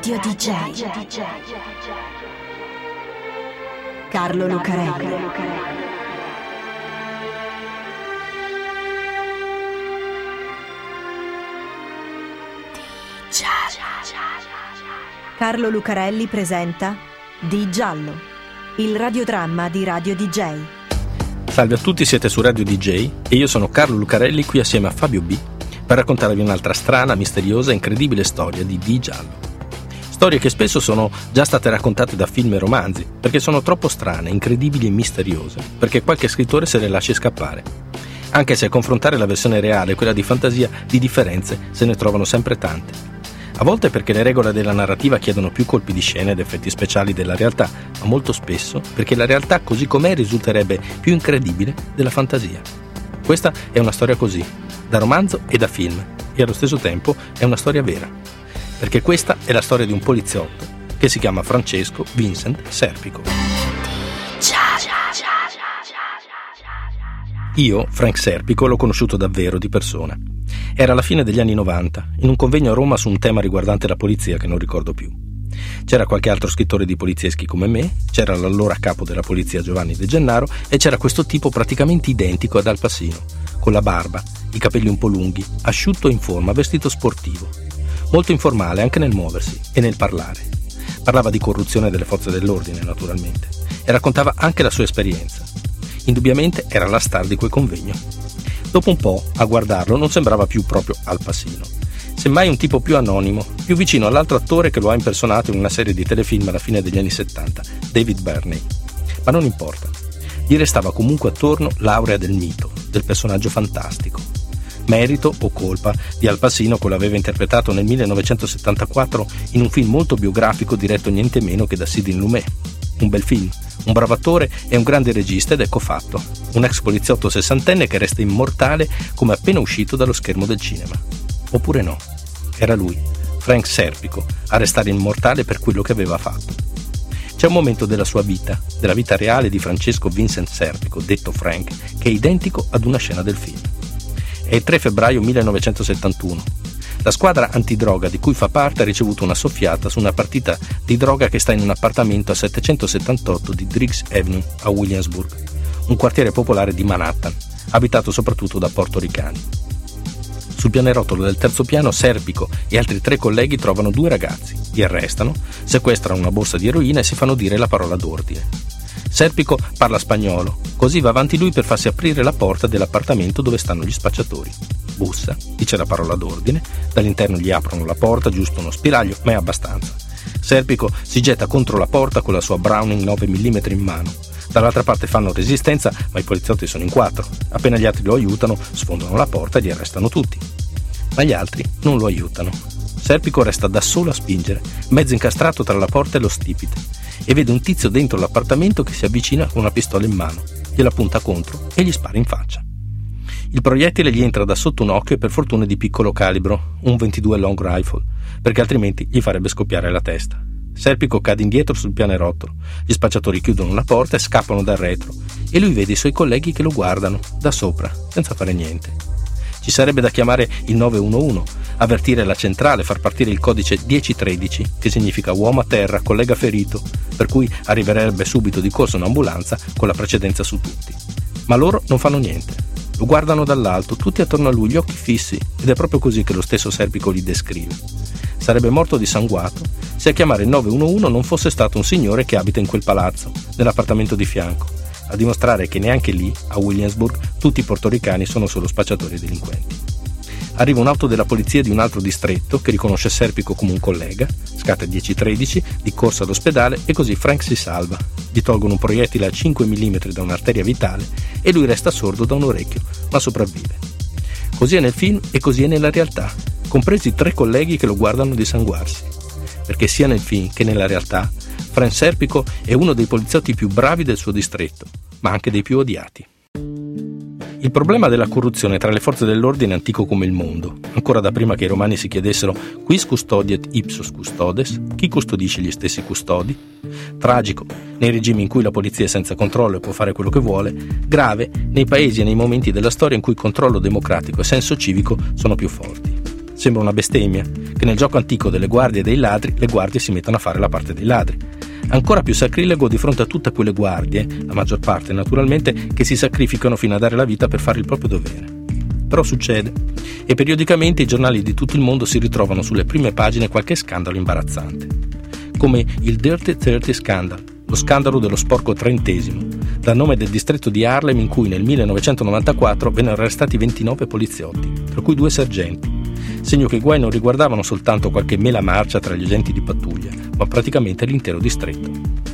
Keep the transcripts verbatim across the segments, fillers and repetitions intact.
Radio D J Carlo Lucarelli. Carlo Lucarelli presenta Di Giallo, il radiodramma di Radio D J. Salve a tutti, siete su Radio D J e io sono Carlo Lucarelli qui assieme a Fabio B per raccontarvi un'altra strana, misteriosa e incredibile storia di Di Giallo. Storie che spesso sono già state raccontate da film e romanzi, perché sono troppo strane, incredibili e misteriose, perché qualche scrittore se le lascia scappare. Anche se a confrontare la versione reale e quella di fantasia, di differenze se ne trovano sempre tante. A volte perché le regole della narrativa chiedono più colpi di scena ed effetti speciali della realtà, ma molto spesso perché la realtà così com'è risulterebbe più incredibile della fantasia. Questa è una storia così, da romanzo e da film, e allo stesso tempo è una storia vera. Perché questa è la storia di un poliziotto che si chiama Francesco Vincent Serpico. Io, Frank Serpico, l'ho conosciuto davvero di persona. Era la fine degli anni novanta, in un convegno a Roma su un tema riguardante la polizia che non ricordo più. C'era qualche altro scrittore di polizieschi come me, c'era l'allora capo della polizia Giovanni De Gennaro e c'era questo tipo praticamente identico ad Al Pacino, con la barba, i capelli un po' lunghi, asciutto e in forma, vestito sportivo. Molto informale anche nel muoversi e nel parlare. Parlava di corruzione delle forze dell'ordine, naturalmente, e raccontava anche la sua esperienza. Indubbiamente era la star di quel convegno. Dopo un po', a guardarlo, non sembrava più proprio Al Pacino. Semmai un tipo più anonimo, più vicino all'altro attore che lo ha impersonato in una serie di telefilm alla fine degli anni settanta, David Burney. Ma non importa. Gli restava comunque attorno l'aurea del mito, del personaggio fantastico. Merito o colpa di Al Pacino, che l'aveva interpretato nel millenovecentosettantaquattro in un film molto biografico diretto niente meno che da Sidney Lumet. Un bel film, un bravo attore e un grande regista, ed ecco fatto, un ex poliziotto sessantenne che resta immortale come appena uscito dallo schermo del cinema. Oppure no, era lui, Frank Serpico, a restare immortale per quello che aveva fatto. C'è un momento della sua vita, della vita reale di Francesco Vincent Serpico, detto Frank, che è identico ad una scena del film. È il tre febbraio millenovecentosettantuno. La squadra antidroga di cui fa parte ha ricevuto una soffiata su una partita di droga che sta in un appartamento a settecentosettantotto di Driggs Avenue a Williamsburg, un quartiere popolare di Manhattan, abitato soprattutto da portoricani. Sul pianerottolo del terzo piano Serpico e altri tre colleghi trovano due ragazzi, li arrestano, sequestrano una borsa di eroina e si fanno dire la parola d'ordine. Serpico parla spagnolo, così va avanti lui per farsi aprire la porta dell'appartamento dove stanno gli spacciatori. Bussa, dice la parola d'ordine, dall'interno gli aprono la porta, giusto uno spiraglio, ma è abbastanza. Serpico si getta contro la porta con la sua Browning nove millimetri in mano. Dall'altra parte fanno resistenza, ma i poliziotti sono in quattro. Appena gli altri lo aiutano, sfondano la porta e li arrestano tutti. Ma gli altri non lo aiutano. Serpico resta da solo a spingere, mezzo incastrato tra la porta e lo stipite, e vede un tizio dentro l'appartamento che si avvicina con una pistola in mano, gliela punta contro e gli spara in faccia. Il proiettile gli entra da sotto un occhio e per fortuna è di piccolo calibro, un ventidue long rifle, perché altrimenti gli farebbe scoppiare la testa. Serpico cade indietro sul pianerottolo, gli spacciatori chiudono la porta e scappano dal retro, e lui vede i suoi colleghi che lo guardano, da sopra, senza fare niente. Ci sarebbe da chiamare il nove uno uno, avvertire la centrale, far partire il codice dieci tredici, che significa uomo a terra, collega ferito, per cui arriverebbe subito di corsa un'ambulanza con la precedenza su tutti. Ma loro non fanno niente. Lo guardano dall'alto, tutti attorno a lui, gli occhi fissi, ed è proprio così che lo stesso Serpico li descrive. Sarebbe morto dissanguato se a chiamare il nove uno uno non fosse stato un signore che abita in quel palazzo, nell'appartamento di fianco, a dimostrare che neanche lì, a Williamsburg, tutti i portoricani sono solo spacciatori e delinquenti. Arriva un'auto della polizia di un altro distretto che riconosce Serpico come un collega, scatta il dieci tredici, di corsa all'ospedale e così Frank si salva. Gli tolgono un proiettile a cinque millimetri da un'arteria vitale e lui resta sordo da un orecchio, ma sopravvive. Così è nel film e così è nella realtà, compresi i tre colleghi che lo guardano dissanguarsi. Perché sia nel film che nella realtà, Frank Serpico è uno dei poliziotti più bravi del suo distretto, ma anche dei più odiati. Il problema della corruzione tra le forze dell'ordine è antico come il mondo, ancora da prima che i romani si chiedessero quis custodiet ipsos custodes, chi custodisce gli stessi custodi, tragico nei regimi in cui la polizia è senza controllo e può fare quello che vuole, grave nei paesi e nei momenti della storia in cui controllo democratico e senso civico sono più forti. Sembra una bestemmia che nel gioco antico delle guardie e dei ladri le guardie si mettono a fare la parte dei ladri. Ancora più sacrilego di fronte a tutte quelle guardie, la maggior parte naturalmente, che si sacrificano fino a dare la vita per fare il proprio dovere. Però succede, e periodicamente i giornali di tutto il mondo si ritrovano sulle prime pagine qualche scandalo imbarazzante, come il Dirty trenta Scandal, lo scandalo dello sporco trentesimo, dal nome del distretto di Harlem in cui nel millenovecentonovantaquattro vennero arrestati ventinove poliziotti, tra cui due sergenti, segno che i guai non riguardavano soltanto qualche mela marcia tra gli agenti di pattuglia, ma praticamente l'intero distretto.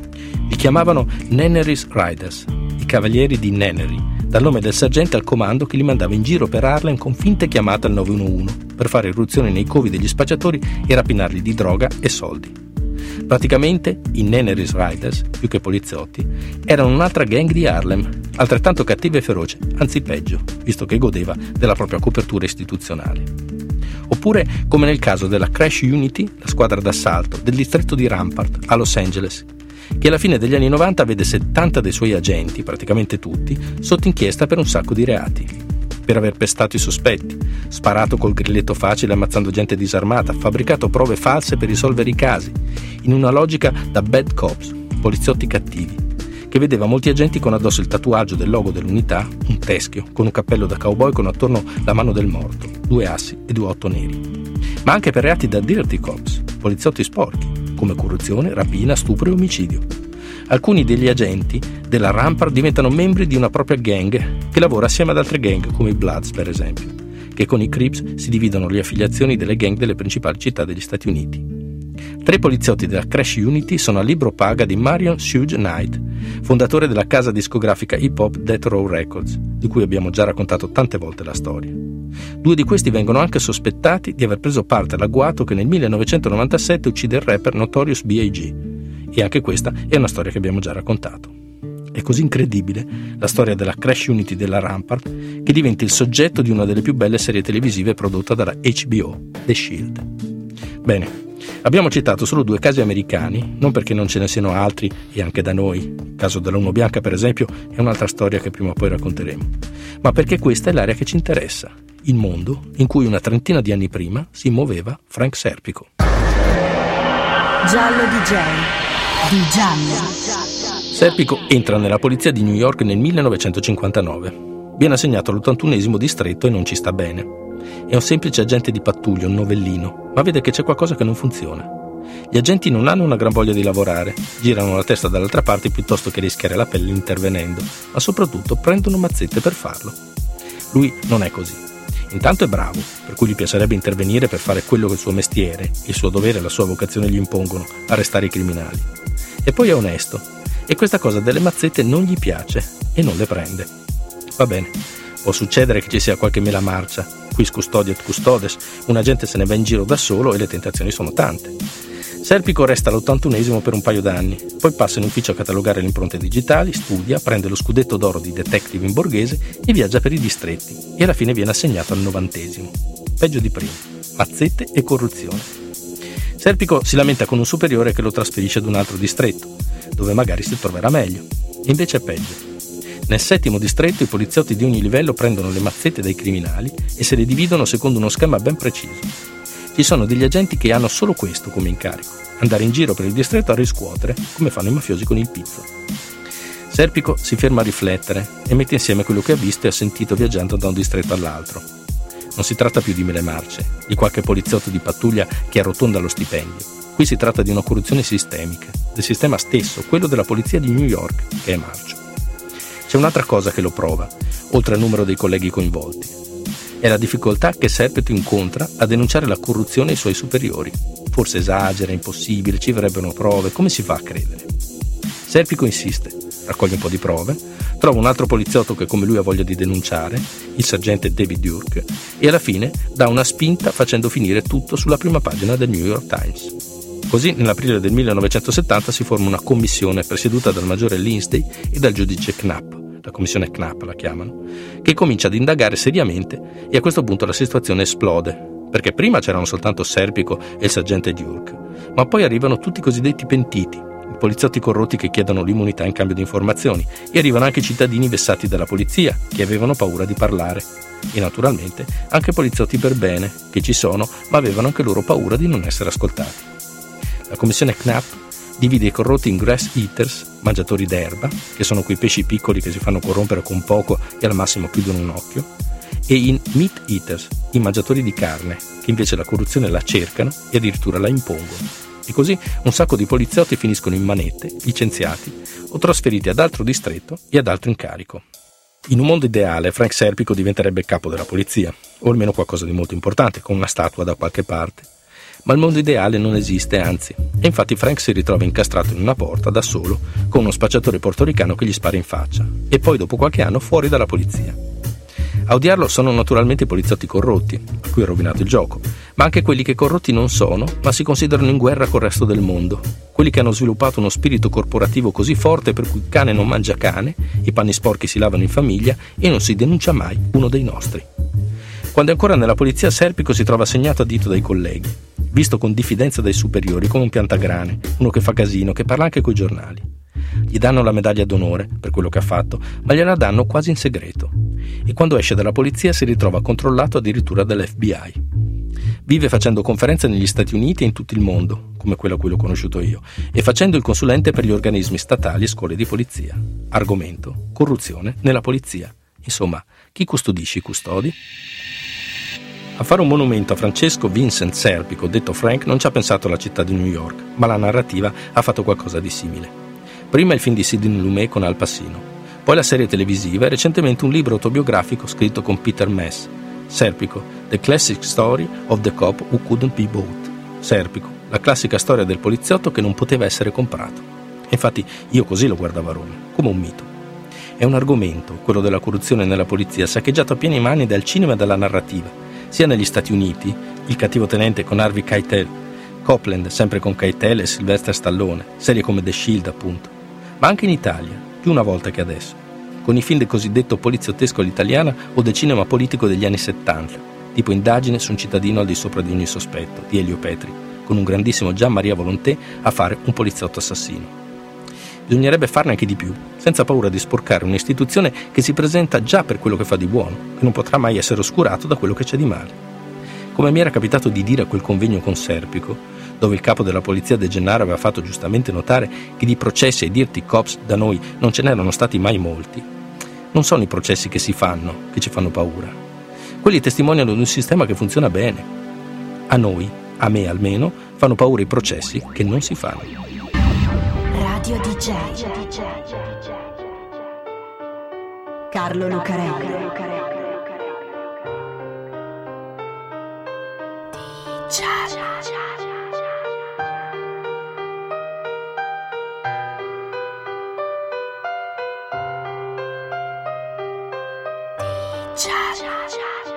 Li chiamavano Nannery's Riders, i cavalieri di Nannery, dal nome del sergente al comando che li mandava in giro per Harlem con finte chiamate al nove uno uno per fare irruzioni nei covi degli spacciatori e rapinarli di droga e soldi. Praticamente i Nannery's Riders, più che poliziotti, erano un'altra gang di Harlem, altrettanto cattiva e feroce, anzi peggio, visto che godeva della propria copertura istituzionale. Oppure come nel caso della Crash Unity, la squadra d'assalto del distretto di Rampart a Los Angeles, che alla fine degli anni novanta vede settanta dei suoi agenti, praticamente tutti, sotto inchiesta per un sacco di reati. Per aver pestato i sospetti, sparato col grilletto facile ammazzando gente disarmata, fabbricato prove false per risolvere i casi, in una logica da bad cops, poliziotti cattivi, che vedeva molti agenti con addosso il tatuaggio del logo dell'unità, un teschio, con un cappello da cowboy con attorno la mano del morto, due assi e due otto neri. Ma anche per reati da dirty cops, poliziotti sporchi, come corruzione, rapina, stupro e omicidio. Alcuni degli agenti della Rampart diventano membri di una propria gang che lavora assieme ad altre gang, come i Bloods per esempio, che con i Crips si dividono le affiliazioni delle gang delle principali città degli Stati Uniti. Tre poliziotti della Crash Unity sono a libro paga di Marion Suge Knight, fondatore della casa discografica hip hop Death Row Records, di cui abbiamo già raccontato tante volte la storia. Due di questi vengono anche sospettati di aver preso parte all'agguato che nel millenovecentonovantasette uccide il rapper Notorious B I G E anche questa è una storia che abbiamo già raccontato. È così incredibile la storia della Crash Unity della Rampart che diventa il soggetto di una delle più belle serie televisive prodotta dalla H B O, The Shield. Bene, abbiamo citato solo due casi americani, non perché non ce ne siano altri e anche da noi, il caso della Uno Bianca per esempio è un'altra storia che prima o poi racconteremo, ma perché questa è l'area che ci interessa, il mondo in cui una trentina di anni prima si muoveva Frank Serpico. Giallo D J di Giallo. Serpico entra nella polizia di New York nel millenovecentocinquantanove. Viene assegnato all'ottantunesimo distretto e non ci sta bene. È un semplice agente di pattuglia, un novellino, ma vede che c'è qualcosa che non funziona. Gli agenti non hanno una gran voglia di lavorare, girano la testa dall'altra parte piuttosto che rischiare la pelle intervenendo, ma soprattutto prendono mazzette per farlo. Lui non è così. Intanto è bravo, per cui gli piacerebbe intervenire per fare quello che il suo mestiere, il suo dovere e la sua vocazione gli impongono, arrestare i criminali. E poi è onesto, e questa cosa delle mazzette non gli piace e non le prende. Va bene, può succedere che ci sia qualche mela marcia, quis custodiet custodes, un agente se ne va in giro da solo e le tentazioni sono tante. Serpico resta all'ottantunesimo per un paio d'anni, poi passa in ufficio a catalogare le impronte digitali, studia, prende lo scudetto d'oro di detective in borghese e viaggia per i distretti e alla fine viene assegnato al novantesimo. Peggio di prima, mazzette e corruzione. Serpico si lamenta con un superiore che lo trasferisce ad un altro distretto, dove magari si troverà meglio. E invece è peggio. Nel settimo distretto i poliziotti di ogni livello prendono le mazzette dai criminali e se le dividono secondo uno schema ben preciso. Ci sono degli agenti che hanno solo questo come incarico, andare in giro per il distretto a riscuotere, come fanno i mafiosi con il pizzo. Serpico si ferma a riflettere e mette insieme quello che ha visto e ha sentito viaggiando da un distretto all'altro. Non si tratta più di mele marce, di qualche poliziotto di pattuglia che arrotonda lo stipendio. Qui si tratta di una corruzione sistemica, del sistema stesso, quello della polizia di New York, che è marcio. C'è un'altra cosa che lo prova, oltre al numero dei colleghi coinvolti. È la difficoltà che Serpico incontra a denunciare la corruzione ai suoi superiori. Forse esagera, è impossibile, ci vorrebbero prove, come si fa a credere? Serpico insiste, raccoglie un po' di prove, trova un altro poliziotto che come lui ha voglia di denunciare, il sergente David Durk, e alla fine dà una spinta facendo finire tutto sulla prima pagina del New York Times. Così nell'aprile del millenovecentosettanta si forma una commissione presieduta dal maggiore Lindsay e dal giudice Knapp, la commissione Knapp la chiamano, che comincia ad indagare seriamente e a questo punto la situazione esplode, perché prima c'erano soltanto Serpico e il sergente Durk, ma poi arrivano tutti i cosiddetti pentiti, i poliziotti corrotti che chiedono l'immunità in cambio di informazioni, e arrivano anche i cittadini vessati dalla polizia, che avevano paura di parlare. E naturalmente anche poliziotti per bene, che ci sono, ma avevano anche loro paura di non essere ascoltati. La commissione Knapp divide i corrotti in grass eaters, mangiatori d'erba, che sono quei pesci piccoli che si fanno corrompere con poco e al massimo chiudono un occhio, e in meat eaters, i mangiatori di carne, che invece la corruzione la cercano e addirittura la impongono. E così un sacco di poliziotti finiscono in manette, licenziati o trasferiti ad altro distretto e ad altro incarico. In un mondo ideale Frank Serpico diventerebbe capo della polizia, o almeno qualcosa di molto importante, con una statua da qualche parte. Ma il mondo ideale non esiste, anzi, e infatti Frank si ritrova incastrato in una porta da solo con uno spacciatore portoricano che gli spara in faccia, e poi dopo qualche anno fuori dalla polizia. A odiarlo sono naturalmente i poliziotti corrotti, a cui è rovinato il gioco, ma anche quelli che corrotti non sono, ma si considerano in guerra col resto del mondo, quelli che hanno sviluppato uno spirito corporativo così forte per cui cane non mangia cane, i panni sporchi si lavano in famiglia e non si denuncia mai uno dei nostri. Quando è ancora nella polizia, Serpico si trova segnato a dito dai colleghi, visto con diffidenza dai superiori come un piantagrane, uno che fa casino, che parla anche coi giornali. Gli danno la medaglia d'onore per quello che ha fatto, ma gliela danno quasi in segreto. E quando esce dalla polizia si ritrova controllato addirittura dall'F B I. Vive facendo conferenze negli Stati Uniti e in tutto il mondo, come quella a cui l'ho conosciuto io, e facendo il consulente per gli organismi statali e scuole di polizia. Argomento: corruzione nella polizia. Insomma, chi custodisce i custodi? A fare un monumento a Francesco Vincent Serpico, detto Frank, non ci ha pensato la città di New York, ma la narrativa ha fatto qualcosa di simile. Prima il film di Sidney Lumet con Al Pacino, poi la serie televisiva e recentemente un libro autobiografico scritto con Peter Mess, Serpico, The Classic Story of the Cop Who Couldn't Be Bought. Serpico, la classica storia del poliziotto che non poteva essere comprato. E infatti io così lo guardavo a Roma, come un mito. È un argomento, quello della corruzione nella polizia, saccheggiato a pieni mani dal cinema e dalla narrativa, sia negli Stati Uniti, Il cattivo tenente con Harvey Keitel, Copland sempre con Keitel e Sylvester Stallone, serie come The Shield appunto, ma anche in Italia, più una volta che adesso, con i film del cosiddetto poliziottesco all'italiana o del cinema politico degli anni settanta, tipo Indagine su un cittadino al di sopra di ogni sospetto, di Elio Petri, con un grandissimo Gian Maria Volonté a fare un poliziotto assassino. Bisognerebbe farne anche di più, senza paura di sporcare un'istituzione che si presenta già per quello che fa di buono, che non potrà mai essere oscurato da quello che c'è di male. Come mi era capitato di dire a quel convegno con Serpico, dove il capo della polizia De Gennaro aveva fatto giustamente notare che di processi ai dirty cops da noi non ce n'erano stati mai molti. Non sono i processi che si fanno, che ci fanno paura. Quelli testimoniano di un sistema che funziona bene. A noi, a me almeno, fanno paura i processi che non si fanno. Radio D J Carlo Lucarelli. Cha cha cha.